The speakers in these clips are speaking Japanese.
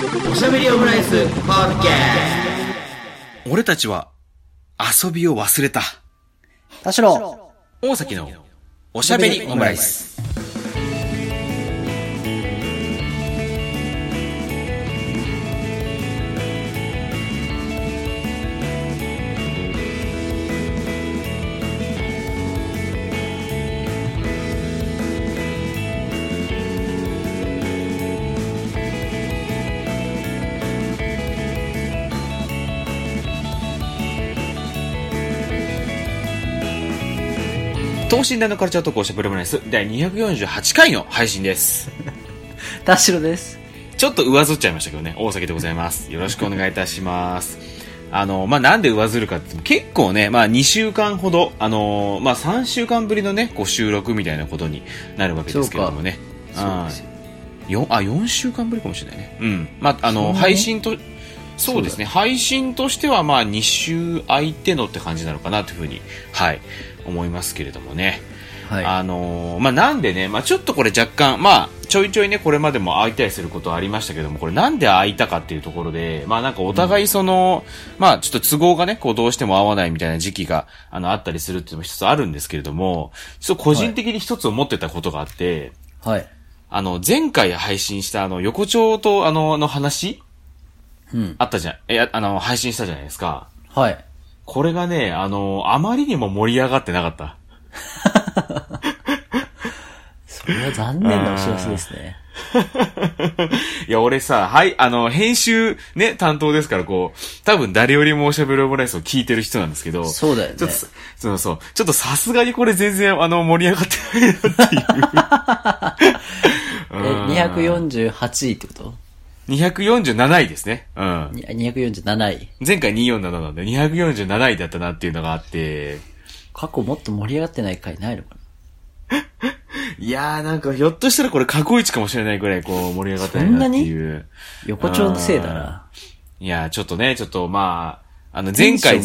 おしゃべりオムライスポッドキャスト。俺たちは遊びを忘れた。 田代大崎のおしゃべりオムライス。等身大のカルチャートークおしゃべりオムライス第248回の配信です。 田代です。 ちょっと上ずっちゃいましたけどね、大崎でございます。よろしくお願いいたします。なんで上ずるかって結構ね、2週間ほど、3週間ぶりのね、こう収録みたいなことになるわけですけれどもね。 そうですよ。4週間ぶりかもしれないね。うん。配信と、そうですね、配信としては2週空いてのって感じなのかなというふうに、はい、思いますけれどもね。 はい。 なんでね、ちょっとこれ若干、ちょいちょいね、これまでも会いたりすることはありましたけども、これなんで会いたかっていうところで、なんかお互いちょっと都合がね、こうどうしても合わないみたいな時期が、あったりするっていうのも一つあるんですけれども、ちょっと個人的に一つ思ってたことがあって、 はい。 前回配信した横丁との話うん。 あったじゃん。配信したじゃないですか。 はい。 これがね、あまりにも盛り上がってなかった。 それは残念なお知らせですね。 いや、俺さ、はい、編集ね、担当ですから、こう、多分誰よりもおしゃべりオムライスを聞いてる人なんですけど。 そうだよね。 ちょっと、ちょっとさすがにこれ全然、盛り上がってないなっていう。 248位ってこと ?247 位ですね。うん。 247位。 前回247なんで、247位だったなっていうのがあって。 過去もっと盛り上がってない回ないのかな。 いやー、なんかひょっとしたらこれ過去一かもしれないくらいこう盛り上がってないなっていう。 横丁のせいだな。 いやー、ちょっと前回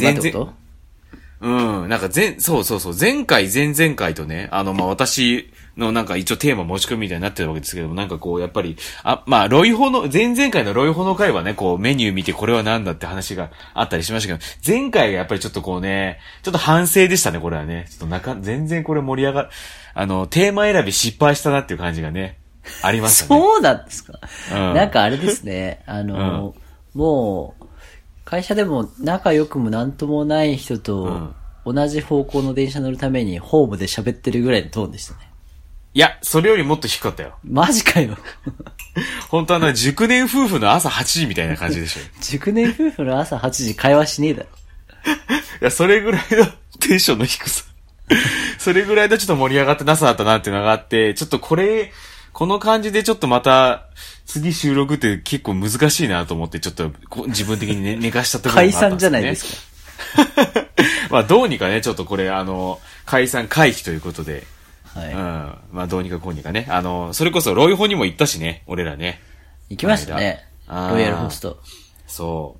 なんかそう、前回前々回とね、私のなんか一応テーマ持ち込みみたいになってるわけですけども、なんかこう、やっぱり、ロイホの、前々回のロイホの回はね、こう、メニュー見てこれはなんだって話があったりしましたけど、前回がやっぱりちょっとこうね、ちょっと反省でしたね、これはね。ちょっと全然これ盛り上がる、テーマ選び失敗したなっていう感じがね、ありましたね。 そうなんですか。 うん、 なんかあれですね、もう、会社でも仲良くもなんともない人と、同じ方向の電車乗るためにホームで喋ってるぐらいのトーンでしたね。 いや、それよりもっと低かったよ。 マジかよ。 本当熟年夫婦の朝8時みたいな感じでしょ。 熟年夫婦の朝8時会話しねえだろ。 いや、それぐらいのテンションの低さ。それぐらいのちょっと盛り上がってなさだったなっていうのがあって、ちょっとこの感じでちょっとまた、次収録って結構難しいなと思って、ちょっと自分的に寝かしたところがあったんですね。 解散じゃないですか。どうにかね、ちょっとこれ解散回避ということで。 はい。 どうにかこうにかね。それこそロイホにも行ったしね、俺らね。 行きましたね。ロイヤルホスト。 そう。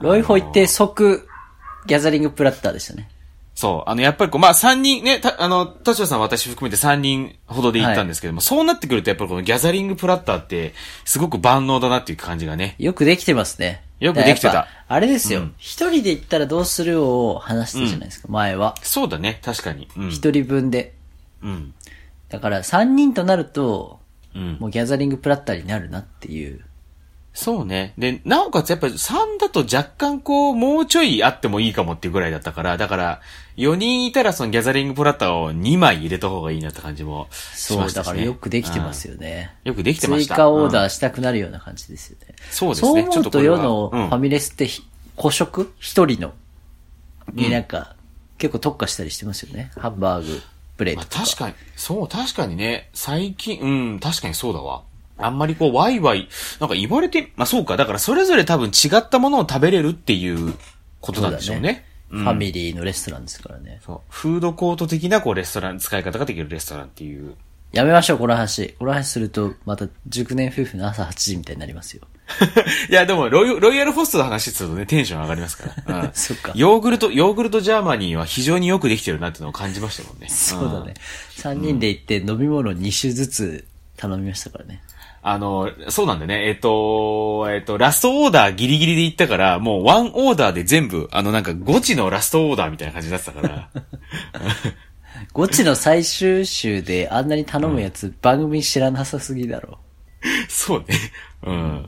ロイホ行って即、ギャザリングプラッターでしたね。 そう。やっぱり3人ね、田代さん私含めて3人ほどで行ったんですけども、そうなってくるとやっぱりこのギャザリングプラッターって、すごく万能だなっていう感じがね。 よくできてますね。 よくできてた。 あれですよ。一人で行ったらどうするを話したじゃないですか、前は。 そうだね、確かに。 一人分で。 うん。 だから3人となると、 もうギャザリングプラッターになるなっていう。 そうね。で、なおかつやっぱり3だと若干もうちょいあってもいいかもっていうぐらいだったから、だから4人いたらそのギャザリングプラッターを2枚入れた方がいいなって感じもしましたね。 そう、だからよくできてますよね。 よくできてました。 追加オーダーしたくなるような感じですよね。 そうですね。 そう思うと世のファミレスって個食一人のになんか結構特化したりしてますよね。ハンバーグ、プレートとか。 確かにね、最近、確かにそうだわ。あんまりワイワイ、なんか言われて、そうか、だからそれぞれ多分違ったものを食べれるっていうことなんでしょうね。 ファミリーのレストランですからね。 そう。フードコート的なレストラン、使い方ができるレストランっていう。 やめましょう、この話。この話すると、また熟年夫婦の朝8時みたいになりますよ。 いや、でもロイヤルホストの話するとね、テンション上がりますから。 そっか。 ヨーグルトジャーマニーは非常によくできてるなっていうのを感じましたもんね。 そうだね。3人で行って飲み物2種ずつ頼みましたからね。 そうなんだよね。ラストオーダーギリギリで行ったから、もうワンオーダーで全部、なんかゴチのラストオーダーみたいな感じになってたから。 ゴチの最終週であんなに頼むやつ、番組知らなさすぎだろ。 そうね。うん。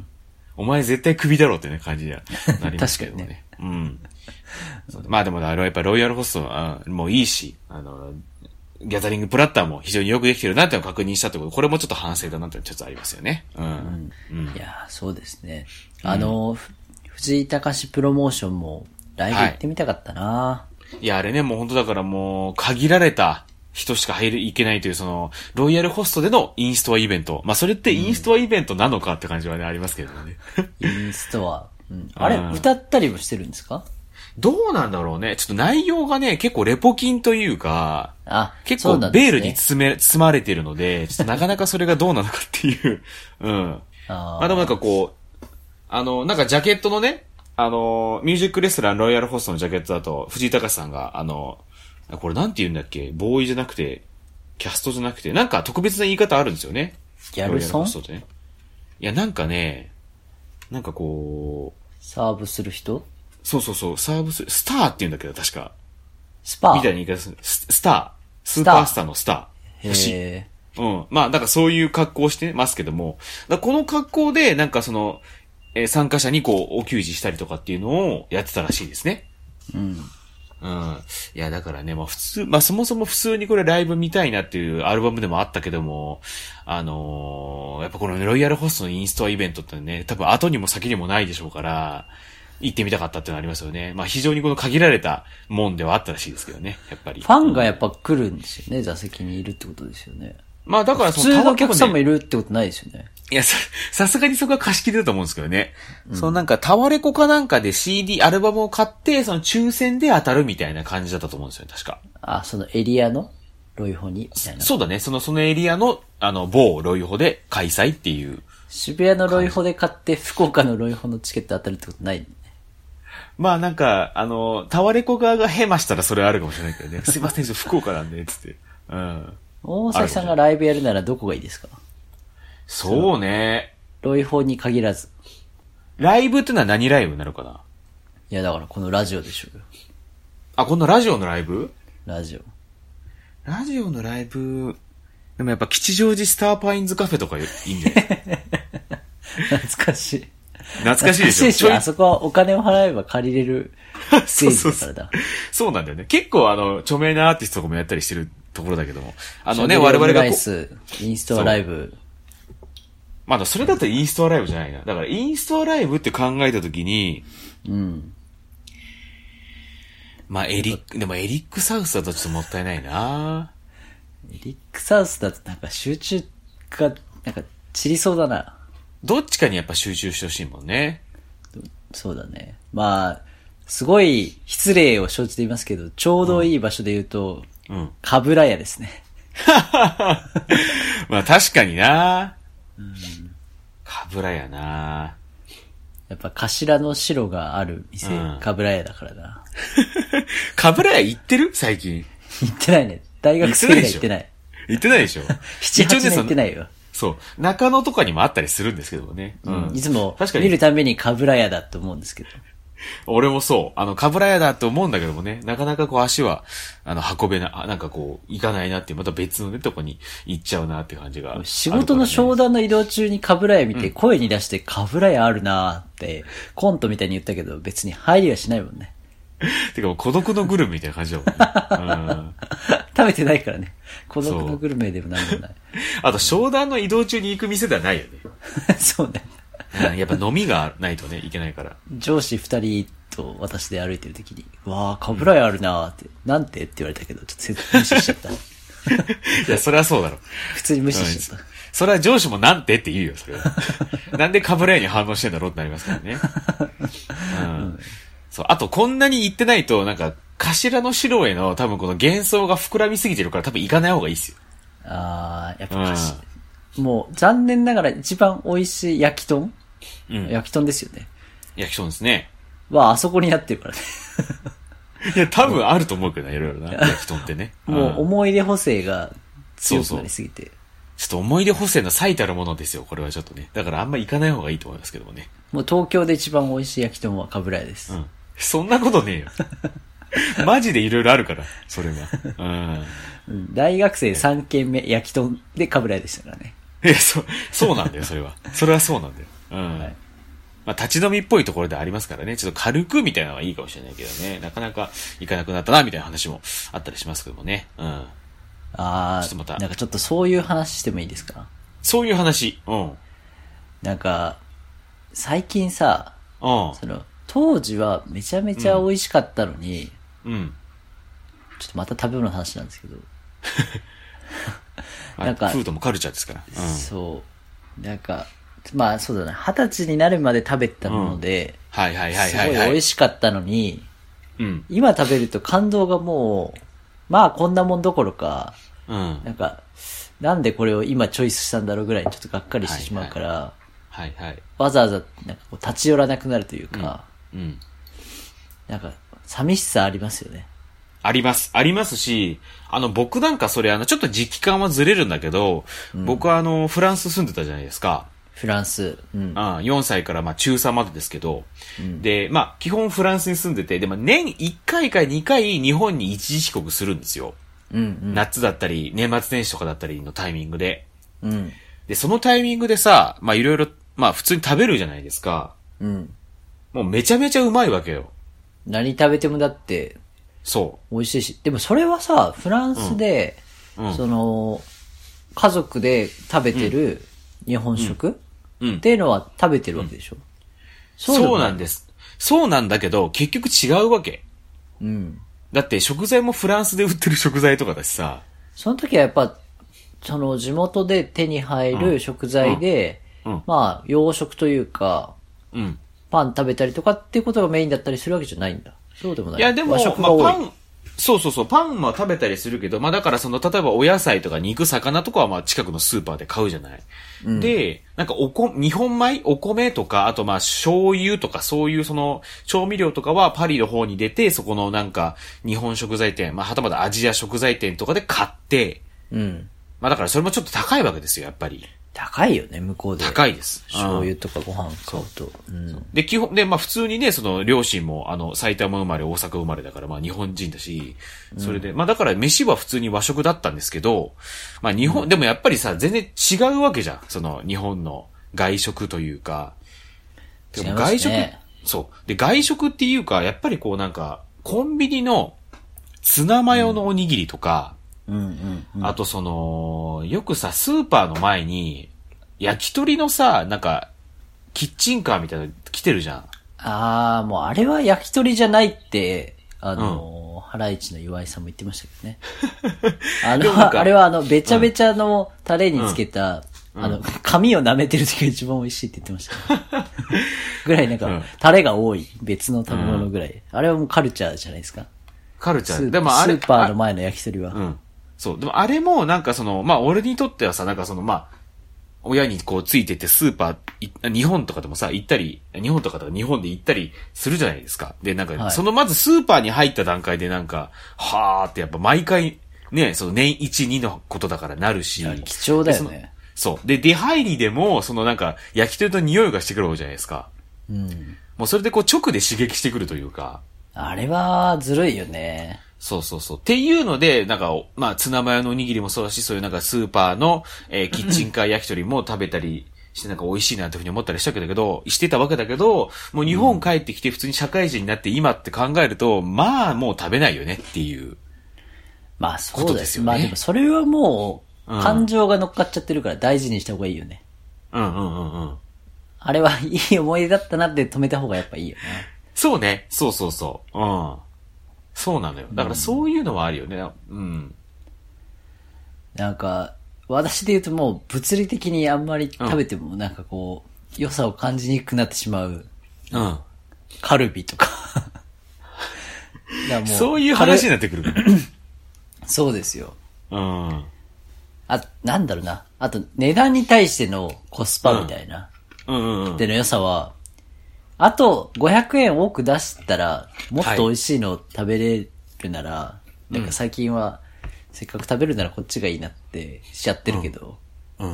お前絶対クビだろってね、感じにはなりますけどね。確かにね。うん。まあでも、やっぱロイヤルホストは、もういいし、ギャザリングプラッターも非常によくできてるなっていうのを確認したってこと、これもちょっと反省だなってちょっとありますよね。うん。 いや、そうですね。藤井隆プロモーションもライブ行ってみたかったな、 いや、あれね、もう本当だからもう、限られた人しかいけないという、その、ロイヤルホストでのインストアイベント。まあ、それってインストアイベントなのかって感じはね、ありますけどね。 インストア。あれ、歌ったりもしてるんですか？ どうなんだろうね。ちょっと内容がね、結構レポ金というか、結構ベールに包まれてるので、ちょっとなかなかそれがどうなのかっていう。うん。まあでもなんかこう、なんかジャケットのね、ミュージックレストランロイヤルホストのジャケットだと、藤井隆さんが、これなんて言うんだっけ、ボーイじゃなくて、キャストじゃなくて、なんか特別な言い方あるんですよね。 ギャルソン？ ロイヤルホストってね。いや、なんかね、なんかこう、 サーブする人？ そう、サーブスターって言うんだけど、確か。 スパーみたいな言い方する。スター。スーパースターのスター。 星。 うん。まあ、なんかそういう格好をしてますけども、この格好で、なんかその、参加者にこう、お給仕したりとかっていうのをやってたらしいですね。うん。いや、だからね、まあ普通、まあそもそも普通にこれライブ見たいなっていうアルバムでもあったけども、やっぱこのロイヤルホストのインストアイベントってね、多分後にも先にもないでしょうから、行ってみたかったっていうのありますよね。まあ非常にこの限られたもんではあったらしいですけどね、やっぱり。 ファンがやっぱ来るんですよね、座席にいるってことですよね。 まあだから普通のお客さんもいるってことないですよね。 いや、さすがにそこは貸し切れると思うんですけどね。そのなんかタワレコかなんかで CD、アルバムを買って、その抽選で当たるみたいな感じだったと思うんですよね、確か。 そのエリアのロイホにみたいな。 そうだね、そのエリアの、某ロイホで開催っていう。 渋谷のロイホで買って、福岡のロイホのチケット当たるってことないね。 まあなんか、タワレコ側がヘマしたらそれあるかもしれないけどね。すいません、福岡なんで、つって。うん。 大崎さんがライブやるならどこがいいですか？ そうね。 ロイホに限らず。 ライブってのは何ライブになるかな？ いや、だからこのラジオでしょうよ。 このラジオのライブ？ ラジオのライブ、でもやっぱ吉祥寺スターパインズカフェとかいいんじゃない懐かしい。 懐かしいでしょ。 あそこはお金を払えば借りれるステージだからだ。 そうなんだよね。結構著名なアーティストとかもやったりしてるところだけども。我々がインストアライブ。 まだそれだとインストアライブじゃないな。だからインストアライブって考えたときに、まあでもエリックサウスだとちょっともったいないな。 エリックサウスだとなんか集中が、なんか散りそうだな。 どっちかにやっぱ集中してほしいもんね。 そうだね。まあ、すごい失礼を承知で言いますけど、ちょうどいい場所で言うと、かぶら屋ですね。 まあ確かにな。かぶら屋な。 やっぱ頭の白がある店、かぶら屋だからな。 かぶら屋行ってる？最近。 行ってないね。大学生以来行ってない。 行ってないでしょ。 7、8年行ってないよ。 そう。中野とかにもあったりするんですけどね。 いつも見るためにかぶら屋だと思うんですけど。 俺もそう。かぶら屋だと思うんだけどもね。なかなかこう足は、運べな、なんかこう、行かないなっていう、また別のね、とこに行っちゃうなっていう感じが、ね。 仕事の商談の移動中にかぶら屋見て、声に出してかぶら屋あるなって、コントみたいに言ったけど、別に入りはしないもんね。 てかもう孤独のグルメみたいな感じだもんね。 食べてないからね。孤独のグルメでもなんでもない。 あと、商談の移動中に行く店ではないよね。 そうね。 やっぱ飲みがないとね、いけないから。 上司2人と私で歩いてるときに、わー、かぶら屋あるなーって、なんてって言われたけど、ちょっと無視しちゃった。いや、それはそうだろ。 普通に無視しちゃった。 それは上司もなんてって言うよ、それは。なんでかぶら屋に反応してんだろうってなりますからね。そう。あと、こんなに行ってないと、なんか、頭の白への多分この幻想が膨らみすぎてるから多分行かない方がいいっすよ。 やっぱもう、残念ながら一番美味しい焼き豚、焼き豚ですよね。 焼き豚ですね。 あそこになってるからね。 いや、多分あると思うけどな、いろいろな。焼き豚ってね。 もう思い出補正が強くなりすぎて。 ちょっと思い出補正の最たるものですよ、これはちょっとね。だからあんま行かない方がいいと思いますけどもね。 もう東京で一番美味しい焼き鳥はかぶらやです。 うん。そんなことねえよ。マジでいろいろあるから、それは。 うん。大学生3軒目焼き鳥でかぶらやでしたからね。 そうなんだよ、それは。それはそうなんだよ。うん。はい、まあ、立ち飲みっぽいところでありますからね。ちょっと軽くみたいなのはいいかもしれないけどね。なかなか行かなくなったな、みたいな話もあったりしますけどもね。うん。 ああ、ちょっとまた。なんかちょっとそういう話してもいいですか？ そういう話。うん。 なんか、最近さ、 うん。 その、当時はめちゃめちゃ美味しかったのに、 うん。 ちょっとまた食べ物の話なんですけど。 なんか、フードもカルチャーですから。 うん、そう。なんか、まあそうだな、20歳になるまで食べたもので、 はいはいはいはい。 すごい美味しかったのに、 うん。 今食べると感動がもう、まあこんなもんどころか、 うん。 なんか、なんでこれを今チョイスしたんだろうぐらいにちょっとがっかりしてしまうから、 はいはい。 わざわざなんかこう立ち寄らなくなるというか、 うん。 なんか、寂しさありますよね。 あります。ありますし、僕なんかそれちょっと時期感はずれるんだけど、僕はフランス住んでたじゃないですか。 フランス。うん。 4歳から中3までですけど、で、基本フランスに住んでて、でも年1回か2回日本に一時帰国するんですよ。夏だったり、年末年始とかだったりのタイミングで。で、そのタイミングでさ、いろいろ、普通に食べるじゃないですか。もうめちゃめちゃうまいわけよ。 何食べてもだって、 そう。 美味しいし。でもそれはさ、フランスで、その、家族で食べてる日本食、っていうのは食べてるわけでしょ？ そうなんです。そうなんだけど、結局違うわけ。だって食材もフランスで売ってる食材とかだしさ。 その時はやっぱ、その地元で手に入る食材で、洋食というか、パン食べたりとかっていうことがメインだったりするわけじゃないんだ。そうでもない。 いや、でも、パン、そう、パンは食べたりするけど、だから例えばお野菜とか肉、魚とかは近くのスーパーで買うじゃない。で、なんか日本米お米とか、あと醤油とかそういう調味料とかはパリの方に出て、そこのなんか、日本食材店、はたまたアジア食材店とかで買って、だからそれもちょっと高いわけですよ、やっぱり。 高いよね、向こうで。 高いです。 醤油とかご飯買うと。 で、基本、で、普通にね、両親も、埼玉生まれ、大阪生まれだから、日本人だし、それで、だから飯は普通に和食だったんですけど、日本、でもやっぱりさ、全然違うわけじゃん。日本の外食というか。 でも外食、 そう。で、外食っていうか、やっぱりなんか、コンビニのツナマヨのおにぎりとか、あとよくさ、スーパーの前に、焼き鳥のさ、なんか、キッチンカーみたいなの来てるじゃん。 ああ、もうあれは焼き鳥じゃないって、ハライチの岩井さんも言ってましたけどね。あれはべちゃべちゃのタレにつけた、紙を舐めてる時が一番美味しいって言ってましたね。ぐらいなんか、タレが多い。別の食べ物ぐらい。あれはもうカルチャーじゃないですか。 カルチャー。 でもあれ、スーパーの前の焼き鳥は。 そう。でもあれも、なんか俺にとってはさ、なんか親についててスーパー、日本とかでもさ、行ったり、日本とか日本で行ったりするじゃないですか。で、なんか、まずスーパーに入った段階でなんか、はーってやっぱ毎回、ね、年1、2のことだからなるし。 貴重だよね。 そう。で、出入りでも、なんか、焼き鳥の匂いがしてくるわけじゃないですか。もうそれで直で刺激してくるというか。 あれは、ずるいよね。 そう。っていうので、なんか、ツナマヨのおにぎりもそうだし、そういうなんかスーパーの、キッチンカー焼き鳥も食べたりしてなんか美味しいなっていうふうに思ったりしてたわけだけど、もう日本帰ってきて普通に社会人になって今って考えると、もう食べないよねっていう。 そうですよね。でもそれはもう、感情が乗っかっちゃってるから大事にした方がいいよね。あれはいい思い出だったなって止めた方がやっぱいいよね。 そうね。そう。そうなのよ。だからそういうのはあるよね。 なんか、私で言うともう物理的にあんまり食べてもなんか良さを感じにくくなってしまう。カルビとか。 そういう話になってくる。 そうですよ。なんだろうな。あと、値段に対してのコスパみたいな。での良さは、あと500円多く出したら、もっと美味しいのを食べれるなら、なんか最近は、せっかく食べるならこっちがいいなってしちゃってるけど、 うん。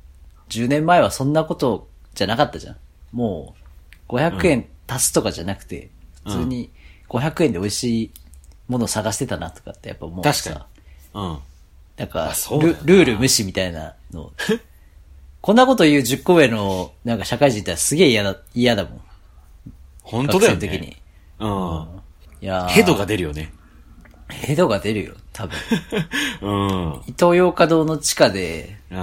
10年前はそんなことじゃなかったじゃん。もう、500円足すとかじゃなくて、普通に500円で美味しいものを探してたなとかってやっぱ思うさ。 確かに。うん。 なんか、 ルール無視みたいなの。こんなこと言う10個上の、なんか社会人ってすげえ嫌だもん。 本当だよね。 学生の時に。 うん。 いやヘドが出るよね。 ヘドが出るよ、多分。 うん。 イトーヨーカドーの地下で、 うん。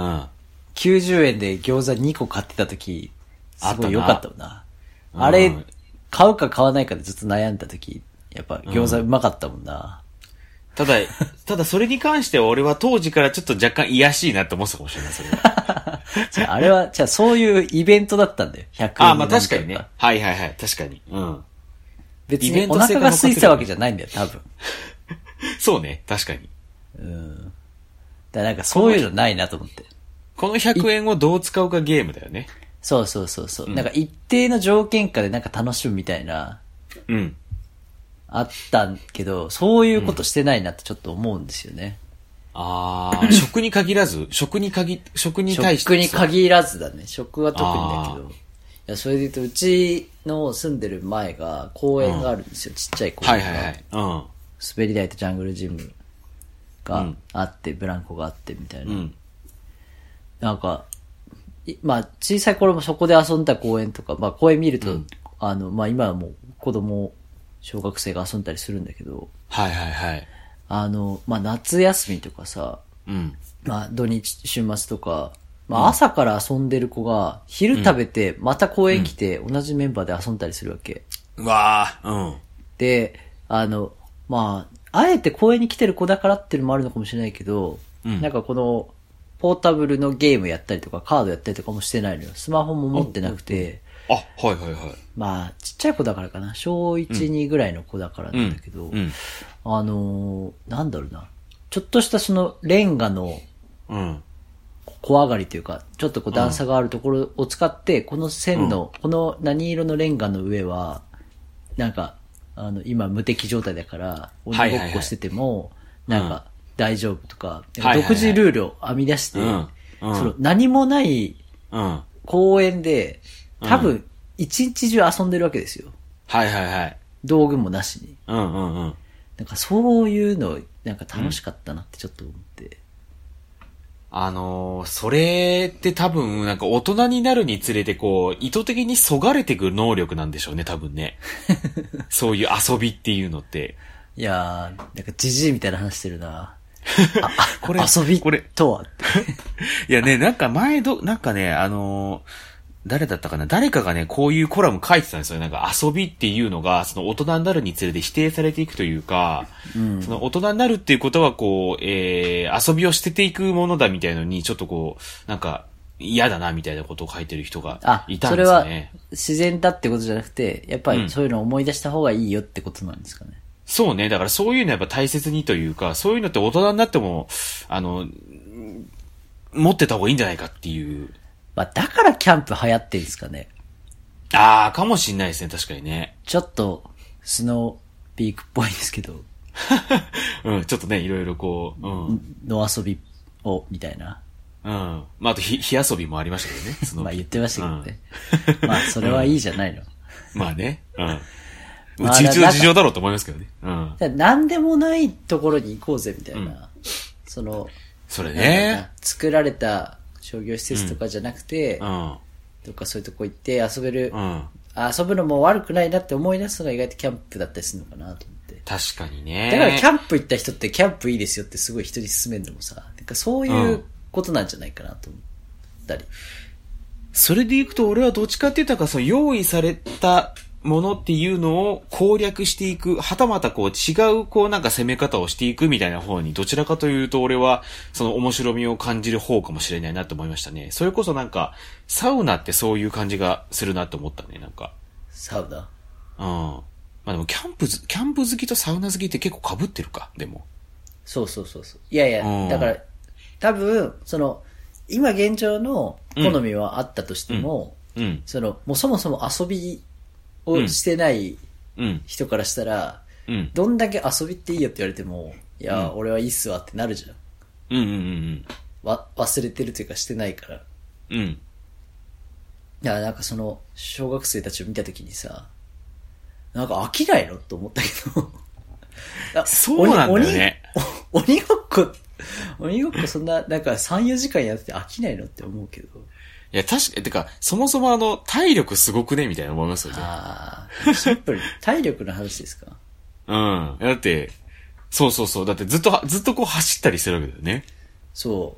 90円で餃子2個買ってた時、すごい良かったもんな。 うんあれ、買うか買わないかでずっと悩んだ時、やっぱ餃子うまかったもんな。 ただそれに関しては俺は当時からちょっと若干癒やしいなって思ってたかもしれない、それは。 じゃあ、あれは、じゃあそういうイベントだったんだよ、100円。 あ、まあ確かにね。はいはいはい、確かに。うん。 別にお腹が空いてたわけじゃないんだよ、多分。 そうね、確かに。 うん。だからなんかそういうのないなと思って。 この100円をどう使うかゲームだよね。 そうそうそうそう、なんか一定の条件下でなんか楽しむみたいな。 うん。 あったけど、そういうことしてないなってちょっと思うんですよね。 食に限らず食に対して食に限らずだね。食は特にだけど。いや、それで言うと、うちの住んでる前が公園があるんですよ。ちっちゃい公園が。 はいはいはい。うん。 滑り台とジャングルジムがあって、ブランコがあってみたいな。なんか、まあ、小さい頃もそこで遊んだ公園とか、まあ、公園見ると、まあ、今はもう子供、小学生が遊んだりするんだけど、 はいはいはい。 まあ、夏休みとかさ、まあ、土日、週末とか、まあ、朝から遊んでる子が、昼食べて、また公園来て、同じメンバーで遊んだりするわけ。 うわぁ、 で、まあ、あえて公園に来てる子だからっていうのもあるのかもしれないけど、なんかこの、ポータブルのゲームやったりとか、カードやったりとかもしてないのよ。スマホも持ってなくて、 はいはいはい。 まあ、ちっちゃい子だからかな。小1、2ぐらいの子だからなんだけど、なんだろうな。ちょっとしたそのレンガの、小上がりというか、ちょっとこう段差があるところを使って、この線の、この何色のレンガの上は、なんか、今無敵状態だから、鬼ごっこしてても、なんか大丈夫とか、独自ルールを編み出して、その何もない公園で、多分一日中遊んでるわけですよ。 はいはいはい。 道具もなしに。 なんかそういうの、なんか楽しかったなってちょっと思って。 それって多分、なんか大人になるにつれてこう、意図的にそがれてくる能力なんでしょうね、多分ね。そういう遊びっていうのって。 いやー、なんかジジイみたいな話してるな。 これ、 遊びとはって。 いやね、なんかなんかね、誰だったかな、誰かがね、こういうコラム書いてたんですよ。なんか遊びっていうのが、その大人になるにつれて否定されていくというか、その大人になるっていうことはこう、遊びを捨てていくものだみたいのに、ちょっとこう、なんか、嫌だなみたいなことを書いてる人がいたんですよね。 それは自然だってことじゃなくて、やっぱりそういうのを思い出した方がいいよってことなんですかね。 そうね。だからそういうのやっぱ大切にというか、そういうのって大人になっても、持ってた方がいいんじゃないかっていう。 まあ、だからキャンプ流行ってるんですかね。 かもしんないですね、確かにね。 ちょっと、スノーピークっぽいですけど。 ちょっとね、いろいろこう、 野遊びを、みたいな。 まあ、あと火遊びもありましたけどね。 まあ言ってましたけどね。まあ、それはいいじゃないの。 まあね。うちの事情だろうと思いますけどね。 なんでもないところに行こうぜ、みたいな。それね。 作られた商業施設とかじゃなくて、どっかそういうとこ行って遊べる、遊ぶのも悪くないなって思い出すのが意外とキャンプだったりするのかなと思って。 確かにね。 だからキャンプ行った人ってキャンプいいですよってすごい人に勧めるのもさ、なんかそういうことなんじゃないかなと思ったり。 それでいくと俺はどっちかって言ったらその用意されたものっていうのを攻略していく、はたまたこう違うこうなんか攻め方をしていくみたいな方にどちらかというと俺はその面白みを感じる方かもしれないなと思いましたね。それこそなんかサウナってそういう感じがするなと思ったね、なんか。 サウナ？ まあでもキャンプ好きとサウナ好きって結構被ってるか、でも。 そう。いやいや、だから多分、今現状の好みはあったとしても、もうそもそも遊びをしてない人からしたら、どんだけ遊びっていいよって言われても、いや、俺はいいっすわってなるじゃん。 忘れてるというかしてないから。 うん。 いや、なんかその、小学生たちを見たときにさ、なんか飽きないのと思ったけど。 そうなんだよね。 鬼ごっこそんな、なんか3、4時間やってて飽きないのって思うけど。 いや、確かに、てか、そもそも体力すごくねみたいな思いますよね。 ああ、シンプルに体力の話ですか？ うん。だって、そう。だってずっとこう走ったりしてるわけだよね。 そう。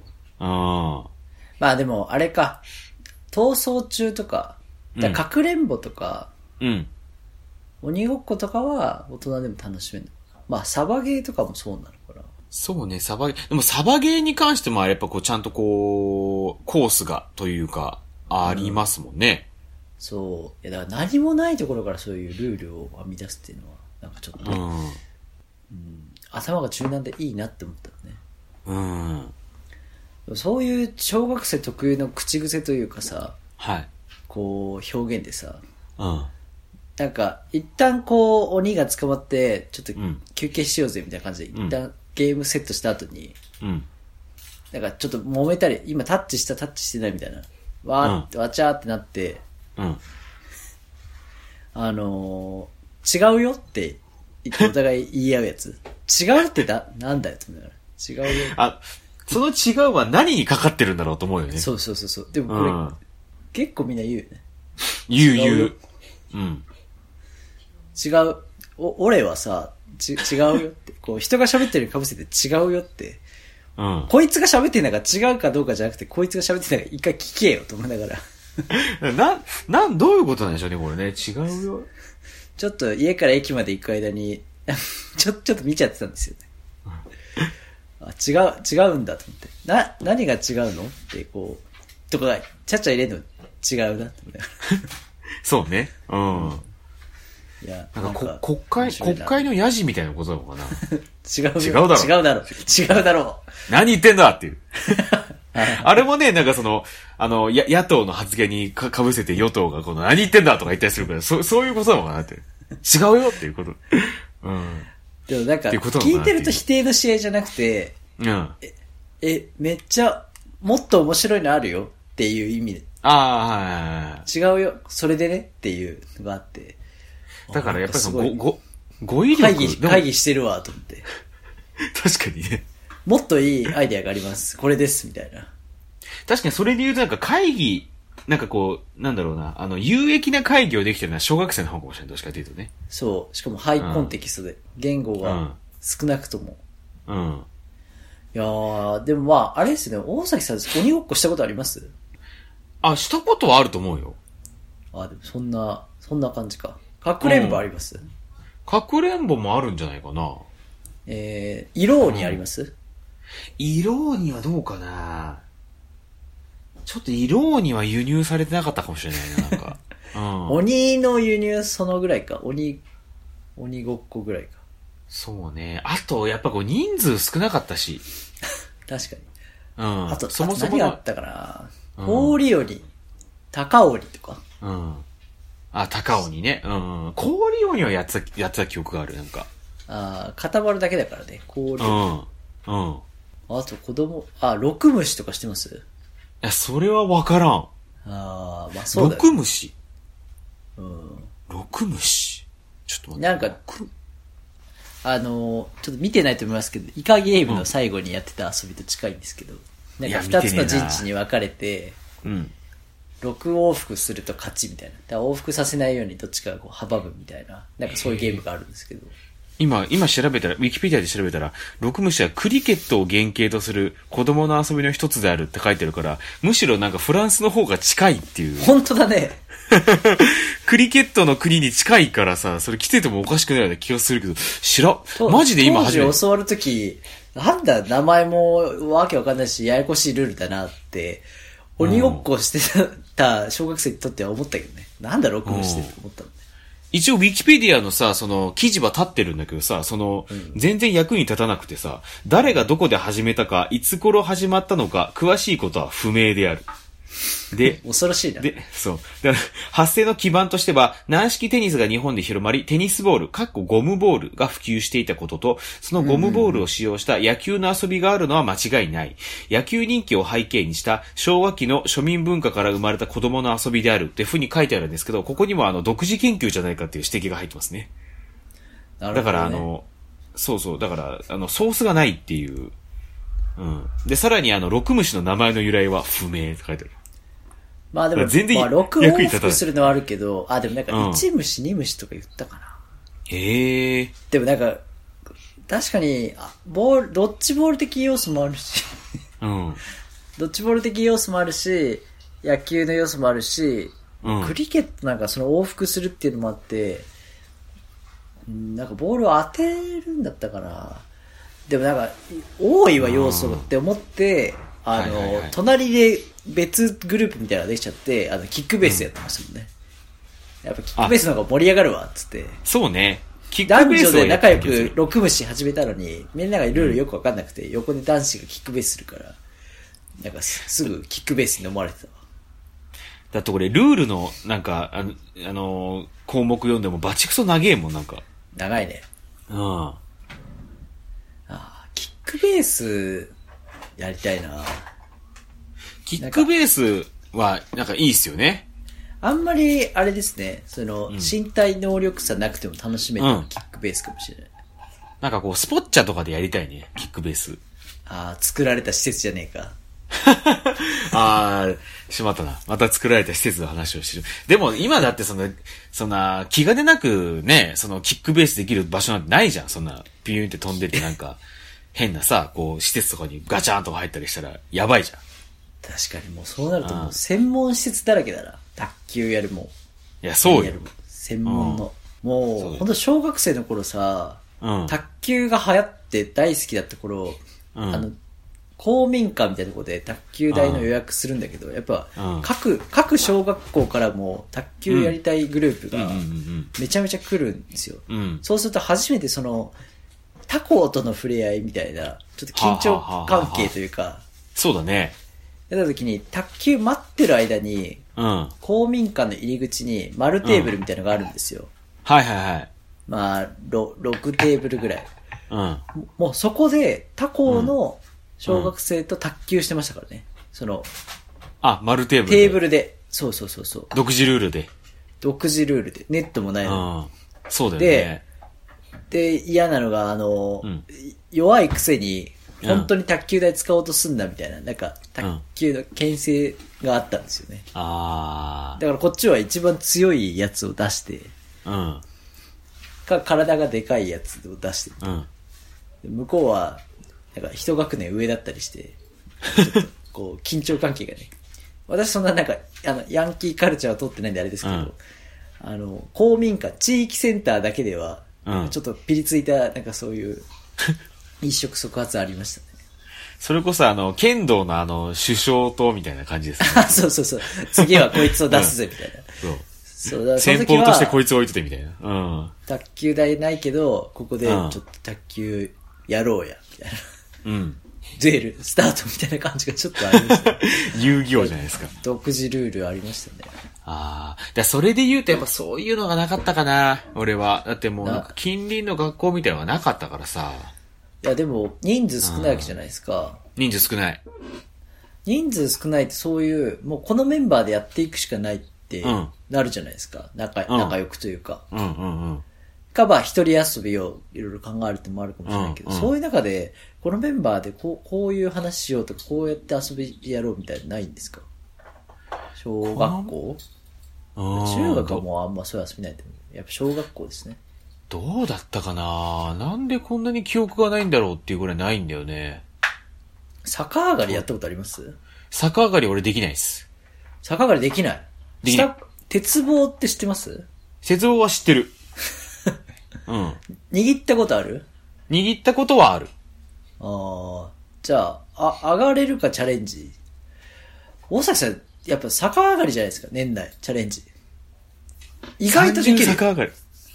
まあでも、あれか。逃走中とか、かくれんぼとか、 うん。 鬼ごっことかは大人でも楽しめるのかな。まあ、サバゲーとかもそうなのかな。 そうね、サバゲー。でもサバゲーに関してもやっぱこうちゃんとこう、コースがというか、ありますもんね。 そう。いや、だから何もないところからそういうルールを編み出すっていうのは、なんかちょっと、頭が柔軟でいいなって思ったのね。そういう小学生特有の口癖というかさ、 はい。 こう、表現でさ、なんか、一旦こう、鬼が捕まって、ちょっと休憩しようぜみたいな感じで、一旦ゲームセットした後に、なんかちょっと揉めたり、今タッチしてないみたいな、わちゃーってなって、違うよって言ってお互い言い合うやつ。違うってなんだよって思いながら。違うよ。 その違うは何にかかってるんだろうと思うよね。 そう。でもこれ、結構みんな言うよね。 言う。 違う。俺はさ、違うよって。こう、人が喋ってるに被せて違うよって。こいつが喋ってんだから違うかどうかじゃなくて、こいつが喋ってんだから一回聞けよと思いながら。 どういうことなんでしょうね、これね。違うよ。 ちょっと家から駅まで行く間に、ちょっと見ちゃってたんですよね。違うんだと思って。何が違うのって、こう、とか、ちゃっちゃ入れるの違うなって思って。 そうね。 いや、 なんか国会のヤジみたいなことなのかな。 違うだろう。 何言ってんだっていう。あれもね、なんか野党の発言に被せて与党が何言ってんだとか言ったりするから、そういうことなのかなって。違うよっていうこと。 でもなんか、聞いてると否定の試合じゃなくて、めっちゃ、もっと面白いのあるよっていう意味で。違うよ、それでねっていうのがあって。 だからやっぱり語彙力会議してるわと思って。 確かにね。 もっといいアイデアがあります。これです、みたいな。 確かにそれで言うとなんか会議、なんかこう、なんだろうな、有益な会議をできてるのは小学生の方かもしれない。どっちかというとね。 そう。しかもハイコンテキストで、言語が少なくとも。いやー、でもまあ、あれですね、大崎さん、鬼ごっこしたことあります？ したことはあると思うよ。 でもそんな感じか。かくれんぼあります？ かくれんぼもあるんじゃないかな。 色にあります？ 色にはどうかな。ちょっと色には輸入されてなかったかもしれないな、なんか。 鬼の輸入そのぐらいか。鬼ごっこぐらいか。 そうね。あと、やっぱ人数少なかったし。 確かに。 あと、そもそも何があったかな。氷鬼、高鬼とか。 高鬼ね。氷鬼はやってた記憶がある、なんか。 固まるだけだからね、氷鬼。あと子供、六虫とかしてます？ いや、それはわからん。 まあそうだよ。 六虫。六虫。ちょっと待って。 なんか、ちょっと見てないと思いますけど、イカゲームの最後にやってた遊びと近いんですけど、なんか二つの陣地に分かれて、6往復すると勝ちみたいな。だから往復させないようにどっちかが阻むみたいな、なんかそういうゲームがあるんですけど。 今調べたら、ウィキペディアで調べたら、六虫はクリケットを原型とする子供の遊びの一つであるって書いてるから、むしろなんかフランスの方が近いっていう。 本当だね。 クリケットの国に近いからさ、それ来ててもおかしくないような気がするけど、マジで今初めて。 当時教わるとき、なんだ、名前もわけわかんないし、ややこしいルールだなって、鬼ごっこしてた小学生にとっては思ったけどね。なんだ、六虫って思ったの。 一応ウィキペディアのさ、その記事は立ってるんだけどさ、全然役に立たなくてさ、誰がどこで始めたか、いつ頃始まったのか、詳しいことは不明である。 で、 恐ろしいな。 で、そう。だから発生の基盤としては、軟式テニスが日本で広まり、テニスボール、ゴムボールが普及していたことと、そのゴムボールを使用した野球の遊びがあるのは間違いない。野球人気を背景にした昭和期の庶民文化から生まれた子供の遊びであるっていうふうに書いてあるんですけど、ここにも独自研究じゃないかっていう指摘が入ってますね。 なるほどね。 だからそうそう、だから、ソースがないっていう。うん。で、さらに六虫の名前の由来は不明って書いてある。 まあでも、 全然まあ、6往復するのはあるけど、でもなんか1虫、2虫とか言ったかな。 へえ。 でもなんか、確かに、ドッジボール的要素もあるし、 うん。 ドッジボール的要素もあるし、野球の要素もあるし、クリケットなんかその往復するっていうのもあって、なんかボールを当てるんだったかな。でもなんか、多いわ要素って思って、隣で別グループみたいなのができちゃって、キックベースやってましたもんね。やっぱキックベースの方が盛り上がるわ、つって。 そうね。 キックベース男女で仲良く6虫始めたのに、みんながルールよくわかんなくて、横で男子がキックベースするから、なんかすぐキックベースに飲まれてたわ。 だってこれ、ルールの、なんか、項目読んでもバチクソ長えもん、なんか。 長いね。 うん。 キックベース、やりたいな。 キックベースは、なんかいいっすよね。 あんまり、あれですね、身体能力差なくても楽しめるキックベースかもしれない。 なんかこう、スポッチャとかでやりたいね、キックベース。 作られた施設じゃねえか。 しまったな。また作られた施設の話をしてる。でも今だってそんな、気兼ねなくね、キックベースできる場所なんてないじゃん。そんな、ピューンって飛んでてなんか、変なさ、こう、施設とかにガチャーンとか入ったりしたら、やばいじゃん。 確かにもうそうなるともう専門施設だらけだな。卓球やるもん。 いや、そうよ。 専門の。もう、ほんと小学生の頃さ、卓球が流行って大好きだった頃、公民館みたいなところで卓球台の予約するんだけど、やっぱ、各小学校からも卓球やりたいグループがめちゃめちゃ来るんですよ。そうすると初めて他校との触れ合いみたいな、ちょっと緊張関係というか、 そうだね。 やった時に、卓球待ってる間に、公民館の入り口に丸テーブルみたいなのがあるんですよ。 はいはいはい。 まあ、6テーブルぐらい。もうそこで他校の小学生と卓球してましたからね。 丸テーブルで。 テーブルで。そう。 独自ルールで。 独自ルールで。ネットもないのに。 そうだよね。 で、嫌なのが、弱いくせに、本当に卓球台使おうとすんだみたいな、なんか、卓球の牽制があったんですよね。だからこっちは一番強いやつを出して、体がでかいやつを出して、向こうは、なんか一学年上だったりして、ちょっとこう、緊張関係がね。私そんななんか、ヤンキーカルチャーを取ってないんであれですけど、公民館、地域センターだけでは、ちょっとピリついた、なんかそういう、一触即発ありましたね。 それこそ剣道の首相とみたいな感じですね。 そう。次はこいつを出すぜ、みたいな。そう。 先方としてこいつを置いとてみたいな。 卓球台ないけど、ここでちょっと卓球やろうや、みたいな。デュエル、スタートみたいな感じがちょっとありました。 遊戯王じゃないですか。 独自ルールありましたね。 それで言うとやっぱそういうのがなかったかな、俺は。だってもうなんか近隣の学校みたいなのがなかったからさ。 いやでも人数少ないわけじゃないですか。 人数少ない。 人数少ないってそういう、もうこのメンバーでやっていくしかないってなるじゃないですか。仲良くというか。一人遊びをいろいろ考えるってもあるかもしれないけど、そういう中で、このメンバーでこういう話しようとか、こうやって遊びやろうみたいなのないんですか？小学校？中学はもうあんまそういう遊びないと思う。やっぱ小学校ですね。 どうだったかな？なんでこんなに記憶がないんだろうっていうぐらいないんだよね。 逆上がりやったことあります？ 逆上がり俺できないです。 逆上がりできない。 できない。 鉄棒って知ってます？ 鉄棒は知ってる。 握ったことある？ 握ったことはある。 じゃあ、上がれるかチャレンジ。大崎さん、やっぱ逆上がりじゃないですか、年内、チャレンジ。意外とできる。 逆上がり。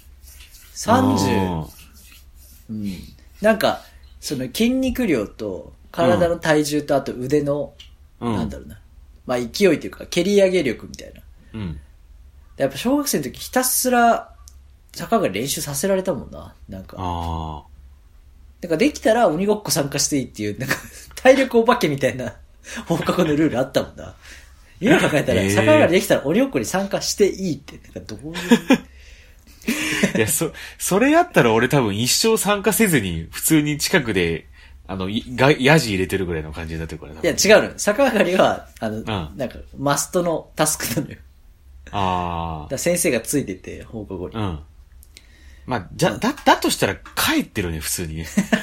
30。なんか、筋肉量と、体の体重と、あと腕の、なんだろうな。 まあ勢いというか、蹴り上げ力みたいな。 うん。 やっぱ小学生の時ひたすら、逆上がり練習させられたもんな。なんか。 ああ。 なんかできたら鬼ごっこ参加していいっていう、なんか、体力お化けみたいな放課後のルールあったもんな。今考えたら、逆上がりできたら鬼ごっこに参加していいって、なんかどういう。 いや、それやったら俺多分一生参加せずに、普通に近くで、ヤジ入れてるぐらいの感じになってるから。 いや、違うの。逆上がりは、なんか、マストのタスクなのよ。 ああ。 だ先生がついてて、放課後に。 うん。まあ、だとしたら帰ってるね、普通にね。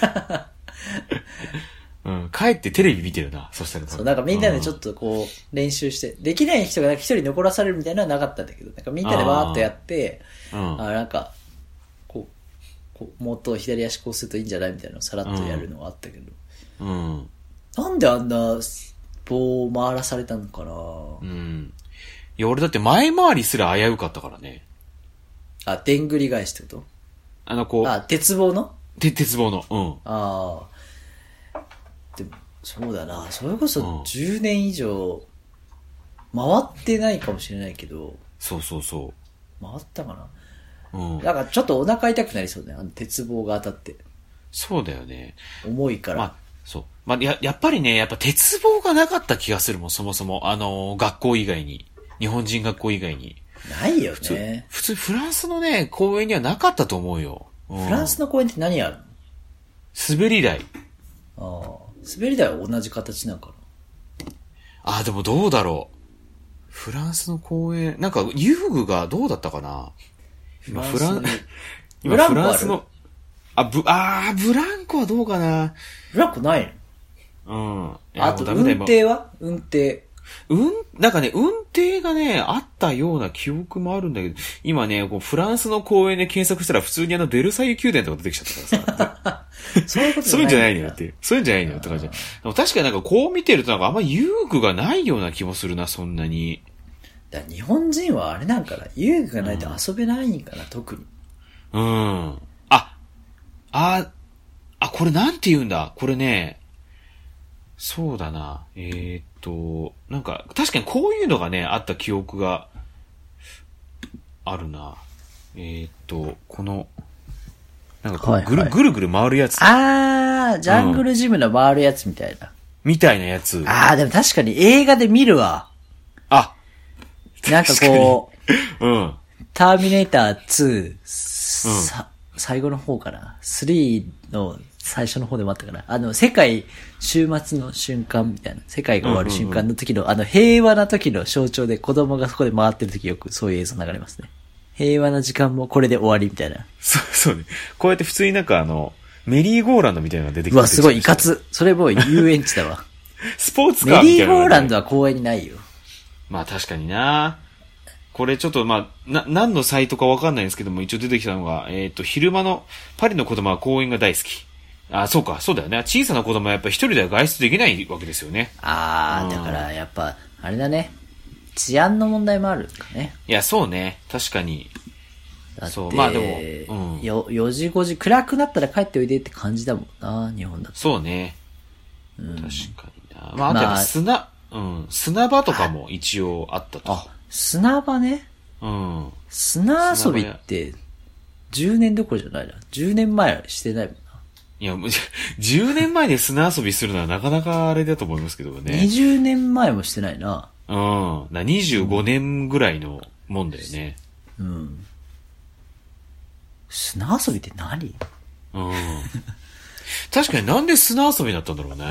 うん、帰ってテレビ見てるな、そしたら。 そう、なんかみんなでちょっとこう、練習して、できない人がなんか一人残らされるみたいなのはなかったんだけど、なんかみんなでわーっとやって、なんか、こう、元を左足こうするといいんじゃないみたいなのをさらっとやるのがあったけど。うん。なんであんな棒を回らされたのかな。 うん。いや、俺だって前回りすら危うかったからね。 あ、でんぐり返しってこと？鉄棒の？ 鉄棒の。うん。 ああ。でも、そうだな。それこそ10年以上、回ってないかもしれないけど。 そう。 回ったかな。 うん。 なんかちょっとお腹痛くなりそうね。鉄棒が当たって。 そうだよね。 重いから。 まあ、そう。まあ、やっぱりね、やっぱ鉄棒がなかった気がするもん、そもそも。学校以外に。日本人学校以外に。 ないよね。 普通フランスのね、公園にはなかったと思うよ。 フランスの公園って何あるの？ 滑り台。 ああ。滑り台は同じ形なのかな？ ああ、でもどうだろう。フランスの公園、なんか遊具がどうだったかな。今フランスの、ブランコはどうかな。 ブランコないの？うん。 あと、運転は？運転。 なんかね、運転がね、あったような記憶もあるんだけど、今ね、こうフランスの公園で検索したら普通にベルサイユ宮殿とか出てきちゃったからさ。 そういうことそういうんじゃないのよって。そういうんじゃないのよって感じ。でも確かになんかこう見てるとなんかあんま遊具がないような気もするな、そんなに。 だ日本人はあれなんかな、遊具がないと遊べないんかな、特に。 うん。これなんて言うんだ。これね、そうだな。なんか、確かにこういうのがね、あった記憶があるな。この、なんかぐるぐる回るやつ。 ジャングルジムの回るやつみたいな。 みたいなやつ。 でも確かに映画で見るわ。なんかこう、ターミネーター2、最後の方かな。3の最初の方でもあったから。世界終末の瞬間みたいな。世界が終わる瞬間の時の、平和な時の象徴で子供がそこで回ってる時よくそういう映像流れますね。平和な時間もこれで終わりみたいな。 そうね。こうやって普通になんかメリーゴーランドみたいなのが出てきて。 うわ、すごい、いかつ。それもう遊園地だわ。 スポーツカーみたいな、 メリーゴーランドは公園にないよ。 まあ確かにな。これちょっと何のサイトかわかんないんですけども、一応出てきたのが、昼間のパリの子供は公園が大好き。そうだよね。小さな子供はやっぱ一人では外出できないわけですよね。 だからやっぱ、あれだね。治安の問題もあるかね。 いや、そうね。確かに。 そう、まあでも、4時5時、暗くなったら帰っておいでって感じだもんな、日本だと。 そうね。確かにな。あとやっぱ砂場とかも一応あったと。 砂場ね。砂遊びって、10年どころじゃないな。10年前はしてないもんな。 いや、10年前で砂遊びするのはなかなかあれだと思いますけどね。 20年前もしてないな。 25年ぐらいのもんだよね。 砂遊びって何？ 確かになんで砂遊びになったんだろうね。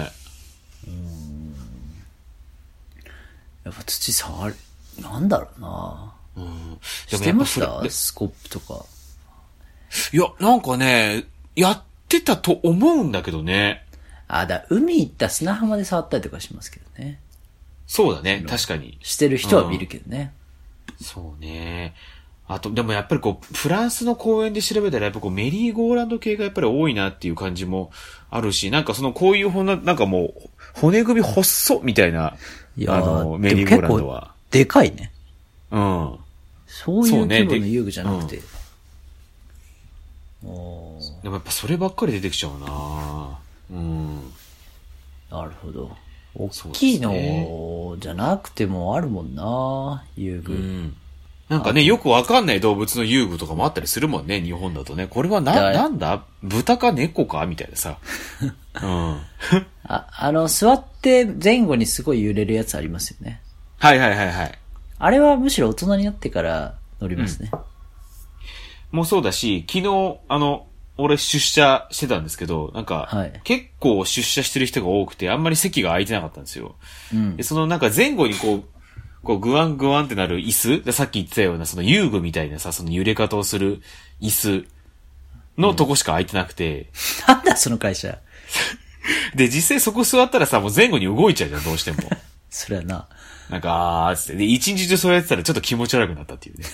やっぱ土触る。なんだろうな。してましたスコップとか。 いや、なんかね、やってたと思うんだけどね。 海行った砂浜で触ったりとかしますけどね。 そうだね、確かに。 してる人は見るけどね。 そうね。あと、でもやっぱりフランスの公園で調べたらやっぱメリーゴーランド系がやっぱり多いなっていう感じもあるし、なんかこういうなんかもう、骨組み細っみたいな、メリーゴーランドは。 でかいね。そういう規模の遊具じゃなくて。 でもやっぱそればっかり出てきちゃうな。 なるほど。 大きいのじゃなくてもあるもんな、遊具。 なんかね、よくわかんない動物の遊具とかもあったりするもんね、日本だとね。これはなんだ豚か猫かみたいなさ。うん。 座って前後にすごい揺れるやつありますよね。 はいはいはいはい。 あれはむしろ大人になってから乗りますね。 もうそうだし、昨日、俺出社してたんですけど、なんか、結構出社してる人が多くて、あんまり席が空いてなかったんですよ。で、そのなんか前後にこうグワングワンってなる椅子で、さっき言ってたようなその遊具みたいなさ、その揺れ方をする椅子のとこしか空いてなくて。 なんだその会社。 で、実際そこ座ったらさ、もう前後に動いちゃうじゃん、どうしても。 それはな。 なんか、つって。で、一日中そうやってたらちょっと気持ち悪くなったっていうね。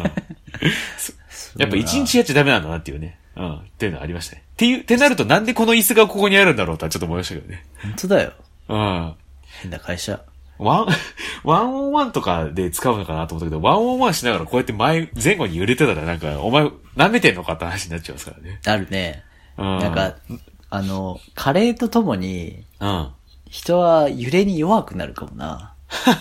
やっぱ一日やっちゃダメなんだなっていうね。っていうのありましたね。ってなるとなんでこの椅子がここにあるんだろうとはちょっと思いましたけどね。 本当だよ。 変な会社。 ワンオンワンとかで使うのかなと思ったけど、ワンオンワンしながらこうやって前後に揺れてたらなんか、お前舐めてんのかって話になっちゃいますからね。 あるね。なんか、加齢とともに、人は揺れに弱くなるかもな。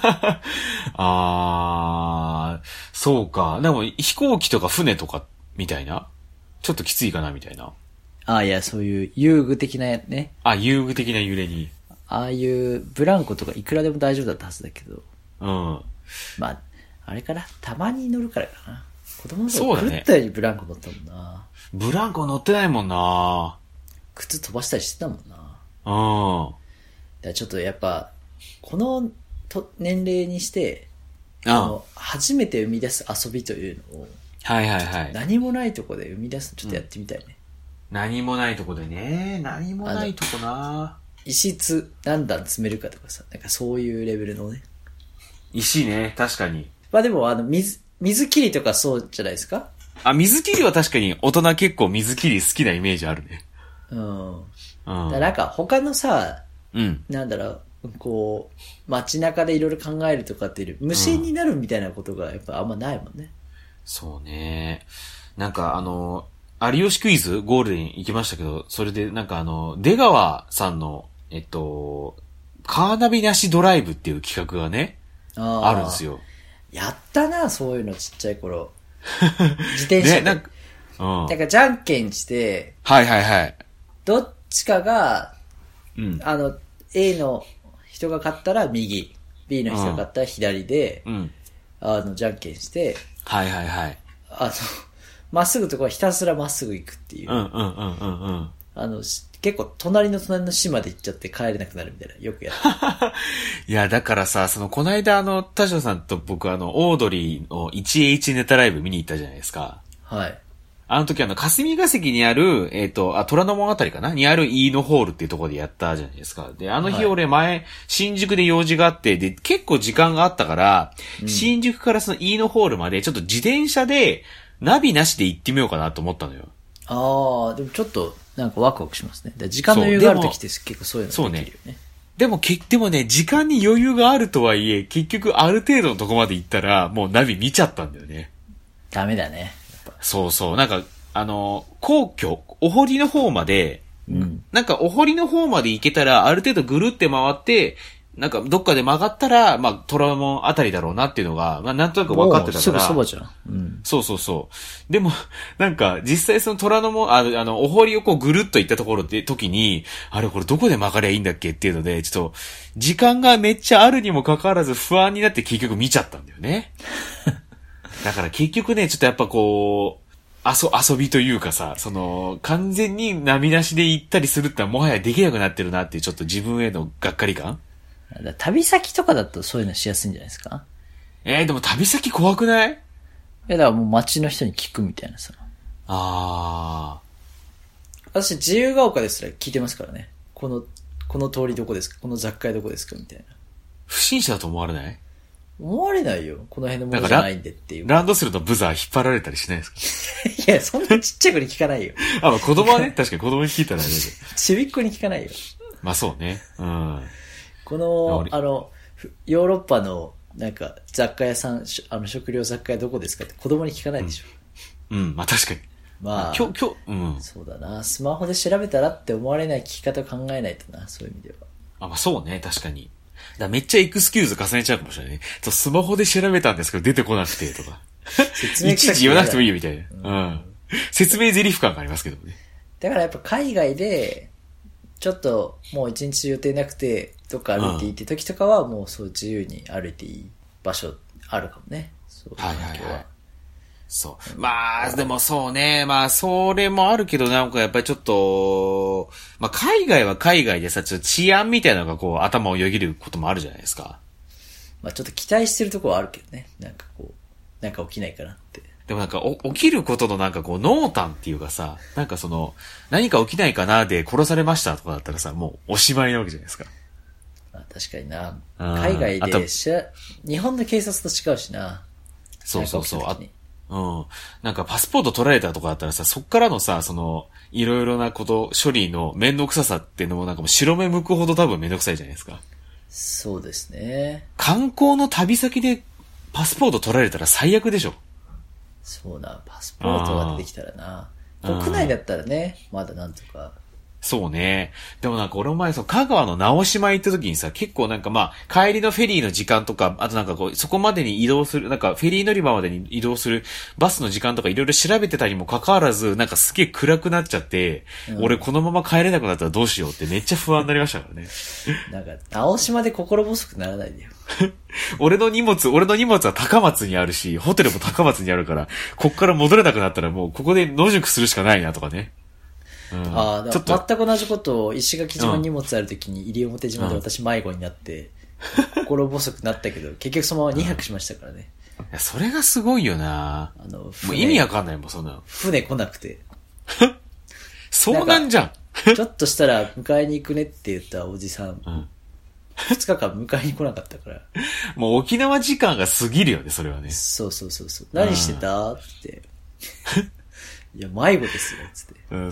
そうか。でも飛行機とか船とかみたいなちょっときついかなみたいな。 いや、そういう遊具的なね。 遊具的な揺れに。 ああいうブランコとかいくらでも大丈夫だったはずだけど。まあ、あれかな。たまに乗るからかな。子供の頃狂ったようにブランコ乗ったもんな。 ブランコ乗ってないもんな。 靴飛ばしたりしてたもんな。だからちょっとやっぱ、この年齢にして、初めて生み出す遊びというのを、何もないとこで生み出すのちょっとやってみたいね。 何もないとこでね。何もないとこな。 石何段詰めるかとかさ、なんかそういうレベルのね。 石ね、確かに。 まあでも水切りとかそうじゃないですか？ 水切りは確かに大人結構水切り好きなイメージあるね。 だなんか他のさ、なんだろう、こう、街中でいろいろ考えるとかっていう、無心になるみたいなことがやっぱあんまないもんね。 そうね。なんか有吉クイズゴールデン行きましたけど、それでなんか出川さんの、カーナビなしドライブっていう企画がね、あるんですよ。 やったな、そういうのちっちゃい頃。自転車で。なんかじゃんけんして、どっちかが、A の人が勝ったら右、B の人が勝ったら左で、じゃんけんして、まっすぐとかはひたすらまっすぐ行くっていう。結構隣の島で行っちゃって帰れなくなるみたいな、よくやっていや、だからさ、この間田代さんと僕オードリーの 1H ネタライブ見に行ったじゃないですか。あの時霞が関にある、虎ノ門あたりかなにあるイーノホールっていうところでやったじゃないですか。で、あの日俺新宿で用事があって、で、結構時間があったから、新宿からそのイーノホールまでちょっと自転車で、ナビなしで行ってみようかなと思ったのよ。 でもちょっと、なんかワクワクしますね。時間の余裕があるときって結構そういうのできるよね。 でもね、時間に余裕があるとはいえ、結局ある程度のとこまで行ったら、もうナビ見ちゃったんだよね。 ダメだね。 そうそう。なんか、皇居、お堀の方まで、なんかお堀の方まで行けたら、ある程度ぐるって回って、なんかどっかで曲がったら、虎ノ門あたりだろうなっていうのが、なんとなく分かってたから。 すぐそばじゃん。 そうでも、なんか実際その虎ノ門、お堀をこうぐるっと行ったところで、時に、あれこれどこで曲がりゃいいんだっけっていうので、ちょっと、時間がめっちゃあるにもかかわらず不安になって結局見ちゃったんだよね。だから結局ね、ちょっとやっぱこう、遊びというかさ、完全に波なしで行ったりするってのはもはやできなくなってるなっていうちょっと自分へのがっかり感。 旅先とかだとそういうのしやすいんじゃないですか？ でも旅先怖くない？ だからもう街の人に聞くみたいなさ。私自由が丘ですら聞いてますからね。この通りどこですか？この雑貨屋どこですか？みたいな。 不審者だと思われない？ 思われないよ。この辺のものじゃないんでっていう。 ランドセルのブザー引っ張られたりしないですか？いや、そんなちっちゃい子に聞かないよ。 子供はね、確かに子供に聞いたらね。 ちびっこに聞かないよ。 そうね。 この、ヨーロッパの、なんか、雑貨屋さん、食料雑貨屋どこですかって子供に聞かないでしょ。 確かに。 そうだな。スマホで調べたらって思われない聞き方を考えないとな、そういう意味では。 まあそうね、確かに。めっちゃエクスキューズ重ねちゃうかもしれないね。スマホで調べたんですけど出てこなくて、とか。 説明いちいち言わなくてもいいよ、みたいな。うん。説明ゼリフ感がありますけどね。 だからやっぱ海外で、ちょっともう一日予定なくて、どっか歩いていいって時とかは、もうそう自由に歩いていい場所あるかもね。そういう環境は。はいはいはい。 そう。まあ、でもそうね。まあ、それもあるけど、なんかやっぱりちょっと、まあ、海外は海外でさ、ちょっと治安みたいなのがこう、頭をよぎることもあるじゃないですか。 まあ、ちょっと期待してるところはあるけどね。なんかこう、なんか起きないかなって。 でもなんか、起きることのなんかこう、濃淡っていうかさ、なんかその、何か起きないかなで殺されましたとかだったらさ、もうおしまいなわけじゃないですか。 まあ、確かにな。海外で日本の警察と違うしな。 そうそうそう。なんかパスポート取られたとかだったらさ、そっからのさ、その、いろいろなこと、処理の面倒くささっていうのもなんかもう白目向くほど多分面倒くさいじゃないですか。 そうですね。 観光の旅先でパスポート取られたら最悪でしょ。 そうな、パスポートが出てきたらな。国内だったらね、まだなんとか。 そうね。でもなんか俺も前香川の直島行った時にさ、結構なんかまあ、帰りのフェリーの時間とか、あとなんかこう、そこまでに移動する、なんかフェリー乗り場までに移動するバスの時間とかいろいろ調べてたにもかかわらず、なんかすげえ暗くなっちゃって、俺このまま帰れなくなったらどうしようってめっちゃ不安になりましたからね。 なんか、直島で心細くならないでよ。 俺の荷物は高松にあるし、ホテルも高松にあるから、こっから戻れなくなったらもうここで野宿するしかないなとかね。 ああ、全く同じことを石垣島に荷物あるときに西表島で私迷子になって、心細くなったけど、結局そのまま2泊しましたからね。 いや、それがすごいよな。もう意味わかんないもん、そんなの。 船来なくて。 そうなんじゃん。 ちょっとしたら迎えに行くねって言ったおじさん。2日間迎えに来なかったから。 もう沖縄時間が過ぎるよね、それはね。 そう。何してたって。いや、迷子ですよ、つって。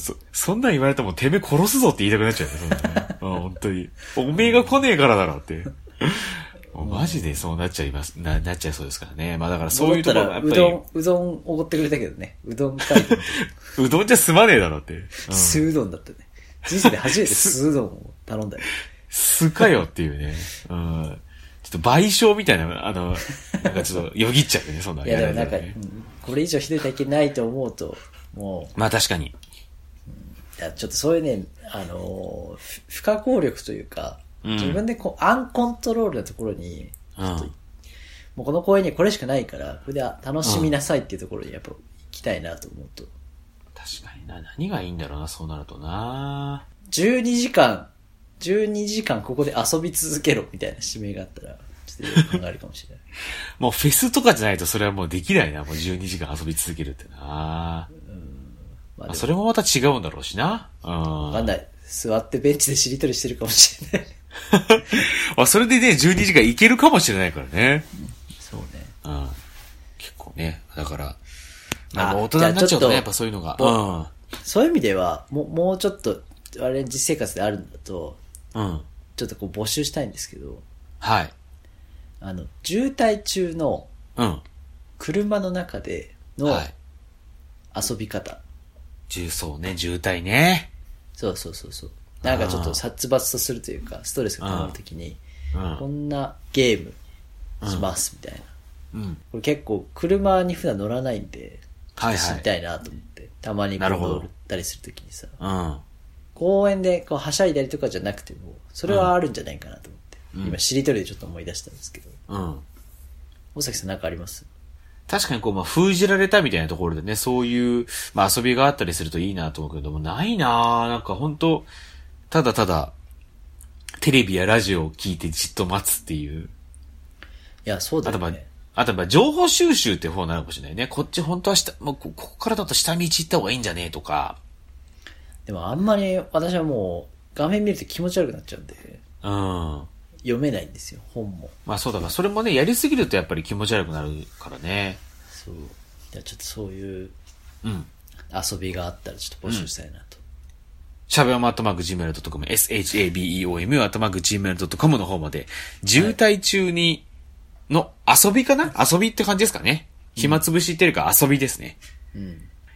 そんなん言われてもてめえ殺すぞって言いたくなっちゃうよね、そんなね。本当に。おめえが来ねえからだろって。マジでそうなっちゃいます、なっちゃいそうですからね。まあだからそういうところやっぱり。 うどんおごってくれたけどね。うどん会うどんじゃ済まねえだろって。 酢うどんだったね。人生で初めて酢うどんを頼んだよ。 酢かよっていうね。ちょっと賠償みたいな、なんかちょっとよぎっちゃうね、そんな。 いやでもなんか、これ以上ひどい体験ないと思うと、もう。 まあ確かに。 いや、ちょっとそういうね、不可抗力というか、自分でこう、アンコントロールなところに、もうこの公園にはこれしかないから、これで楽しみなさいっていうところにやっぱ行きたいなと思うと。 確かにな。何がいいんだろうな、そうなるとな。 12時間ここで遊び続けろみたいな指名があったら、ちょっと考えるかもしれない。 もうフェスとかじゃないとそれはもうできないな、もう12時間遊び続けるってな。まあ、それもまた違うんだろうしな。 わかんない。座ってベンチでしりとりしてるかもしれない。 それでね、12時間いけるかもしれないからね。 そうね。 結構ね、だから、まあ、大人になっちゃうとね、やっぱそういうのが。 そういう意味では、もうちょっと、あれ実生活であるんだと、ちょっとこう募集したいんですけど、 はい。 渋滞中の、車の中での遊び方。 そうね、渋滞ね。 そう。なんかちょっと殺伐とするというか、ストレスが溜まるときに、こんなゲームしますみたいな。これ結構車に普段乗らないんで、知りたいなと思って、たまに乗ったりするときにさ、公園でこうはしゃいだりとかじゃなくても、それはあるんじゃないかなと思って、今しりとりでちょっと思い出したんですけど、大崎さんなんかあります？ 確かにこう、まあ、封じられたみたいなところでね、そういう、まあ、遊びがあったりするといいなと思うけども、ないなぁ。なんか本当ただただ、テレビやラジオを聞いてじっと待つっていう。 いや、そうだよね。 あとは情報収集って方なのかもしれないね。こっち本当はもうここからだと下道行った方がいいんじゃねえとか。 でもあんまり私はもう画面見ると気持ち悪くなっちゃうんで。読めないんですよ、本も。 まあそうだから、それもね、やりすぎるとやっぱり気持ち悪くなるからね。 そう。じゃあちょっとそういう、遊びがあったらちょっと募集したいなと。 しゃべおま@gmail.com、shabeomu@gmail.com の方まで、渋滞中にの遊びかな？遊びって感じですかね。暇つぶしっていうか遊びですね。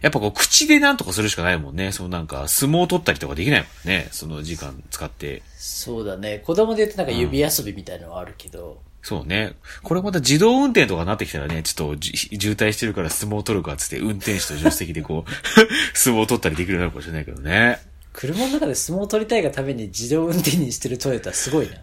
やっぱこう口でなんとかするしかないもんね。そのなんか相撲を取ったりとかできないもんね。その時間使って。 そうだね。子供で言うとなんか指遊びみたいなのはあるけど。 そうね。これまた自動運転とかなってきたらね、ちょっと渋滞してるから相撲を取るかっつって運転手と助手席でこう、相撲を取ったりできるようになるかもしれないけどね。 車の中で相撲を取りたいがために自動運転にしてるトヨタすごいな。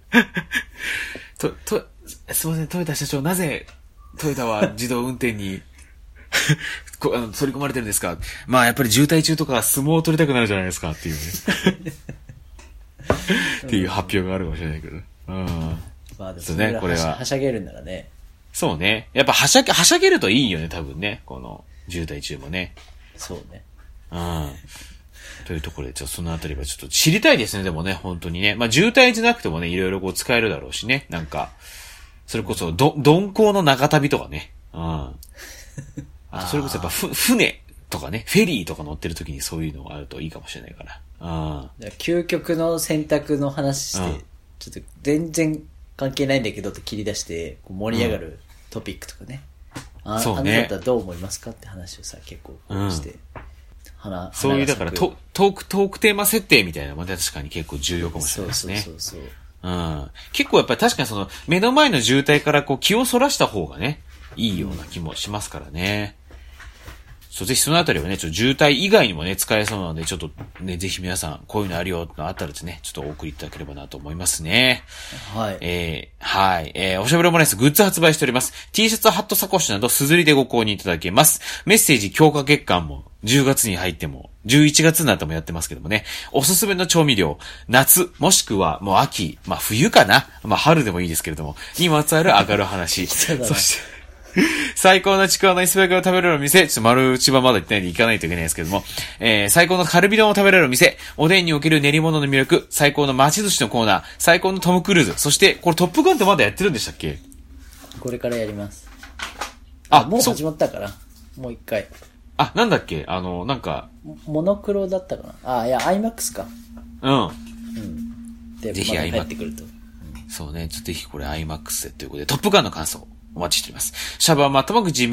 すいません、トヨタ社長、なぜトヨタは自動運転に取り込まれてるんですか？まあやっぱり渋滞中とか相撲を取りたくなるじゃないですかっていうね。っていう発表があるかもしれないけど。うん。 まあでもそうね、これは。はしゃげるんならね。 そうね。やっぱはしゃげるといいよね、多分ね。この渋滞中もね。 そうね。 うん。というところで、ちょっとそのあたりはちょっと知りたいですね、でもね、本当にね。まあ渋滞じゃなくてもね、いろいろこう使えるだろうしね。なんか、それこそ、鈍行の長旅とかね。うん。あと、それこそやっぱ船とかね、フェリーとか乗ってる時にそういうのがあるといいかもしれないから。うん。 究極の選択の話して、うん、ちょっと全然関係ないんだけどと切り出して盛り上がるトピックとかね。そうね。あなただったらどう思いますかって話をさ、結構して。 そういうだからトークテーマ設定みたいなのも確かに結構重要かもしれないですね。 そう。 うん。結構やっぱり確かにその目の前の渋滞からこう気をそらした方がね、いいような気もしますからね。そう、ぜひそのあたりはね、ちょっと渋滞以外にもね、使えそうなので、ちょっとね、ぜひ皆さん、こういうのあるよ、あったらですね、ちょっとお送りいただければなと思いますね。 はい。 はい。おしゃべりオムライスグッズ発売しております。T シャツ、ハット、サコッシュなど、すずりでご購入いただけます。メッセージ強化月間も、10月に入っても、11月になってもやってますけどもね、おすすめの調味料、夏、もしくはもう秋、まあ冬かな、まあ春でもいいですけれども、にまつわる上がる話。そして、最高のちくわのイスベガを食べれる店、ちょっと丸内場まだ行ってないんで行かないといけないですけども、最高のカルビ丼を食べれる店、おでんにおける練り物の魅力、最高の町寿司のコーナー、最高のトムクルーズ、そして、これトップガンってまだやってるんでしたっけ？ これからやります。 あ、 もう始まったかな？もう一回。 あ、なんだっけ？なんか。 モノクロだったかな？あ、いや、IMAX か。 うん。 うん。で、 ぜひまた帰ってくると。 そうね、ちょっとぜひこれ IMAX でということで、トップガンの感想。お待ちしております。シャバーマ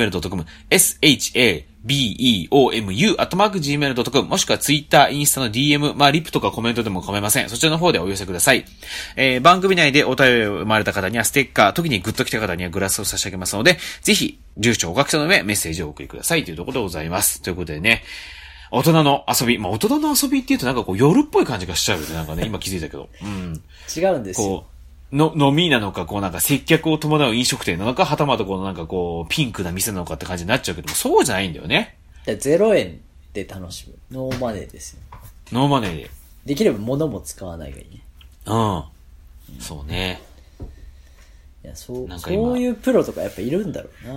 @gmail.com、shabomu@gmail.com、もしくはツイッター、インスタの DM、まあ、リプとかコメントでも構いません。そちらの方でお寄せください。番組内でお便りを生まれた方にはステッカー、時にグッと来た方にはグラスを差し上げますので、ぜひ、住所をお書きの上、メッセージをお送りくださいというところでございます。ということでね、大人の遊び。まあ、大人の遊びって言うとなんかこう夜っぽい感じがしちゃうよね。なんかね、今気づいたけど。うん。 違うんですよ。 飲みなのか、こうなんか接客を伴う飲食店なのか、はたまたこうなんかこう、ピンクな店なのかって感じになっちゃうけども、そうじゃないんだよね。 0円で楽しむ。ノーマネーですよ。 ノーマネーで。 できれば物も使わないがいいね。 うん。そうね。 いや、そういうプロとかやっぱいるんだろうな。うん。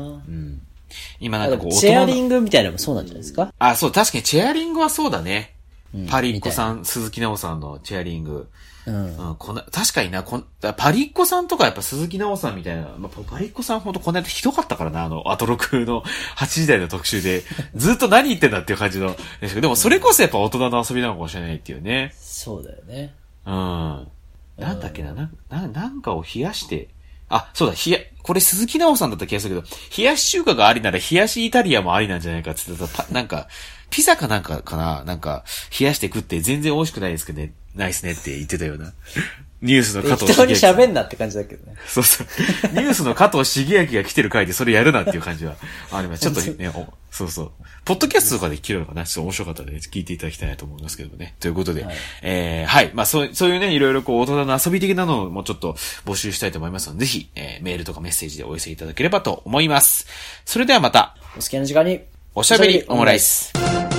今なんかこう、 チェアリングみたいなのもそうなんじゃないですか？ あ、そう、確かにチェアリングはそうだね。パリッコさん、鈴木奈緒さんのチェアリング。 うん。 確かにな、パリッコさんとかやっぱ鈴木奈緒さんみたいな、まあ、パリッコさんほんとこの間ひどかったからな、アトロクの8時台の特集で、ずっと何言ってんだっていう感じの、でもそれこそやっぱ大人の遊びなのかもしれないっていうね。 そうだよね。 うん。なんだっけな、なんかを冷やして、あ、そうだ、これ鈴木奈緒さんだった気がするけど、冷やし中華がありなら冷やしイタリアもありなんじゃないかって言ってた、なんか、ピザかなんかかな、なんか、冷やして食って全然美味しくないですけどね、ないですねって言ってたような。ニュースの加藤茂明。適当に喋んなって感じだけどね。 そうそう。ニュースの加藤茂明が来てる回でそれやるなっていう感じはあります。ちょっとね、そうそう。ポッドキャストとかで聞けるのかな、ちょっと面白かったので、聞いていただきたいなと思いますけどね。ということで、はい、はい。まあそういうね、いろいろこう、大人の遊び的なのもちょっと募集したいと思いますので、ぜひ、メールとかメッセージでお寄せいただければと思います。それではまた、 お好きな時間に、 おしゃべりオムライス。